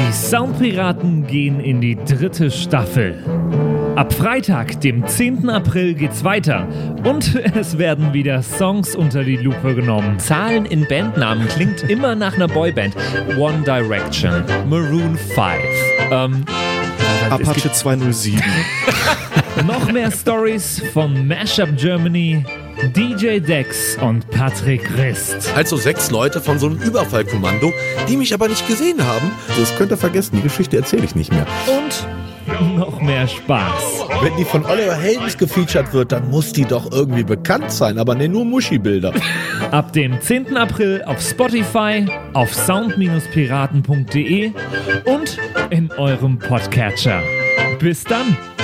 Die Soundpiraten gehen in die 3. Staffel. Ab Freitag, dem 10. April, geht's weiter. Und es werden wieder Songs unter die Lupe genommen. Zahlen in Bandnamen klingt immer nach einer Boyband. One Direction, Maroon 5, Apache 207. Noch mehr Stories von Mashup Germany, DJ Dex und Patrick Rist. Also 6 Leute von so einem Überfallkommando, die mich aber nicht gesehen haben. Das könnt ihr vergessen, die Geschichte erzähle ich nicht mehr. Und noch mehr Spaß. Wenn die von Oliver Heldens gefeatured wird, dann muss die doch irgendwie bekannt sein, aber nur Muschi-Bilder. Ab dem 10. April auf Spotify, auf sound-piraten.de und in eurem Podcatcher. Bis dann!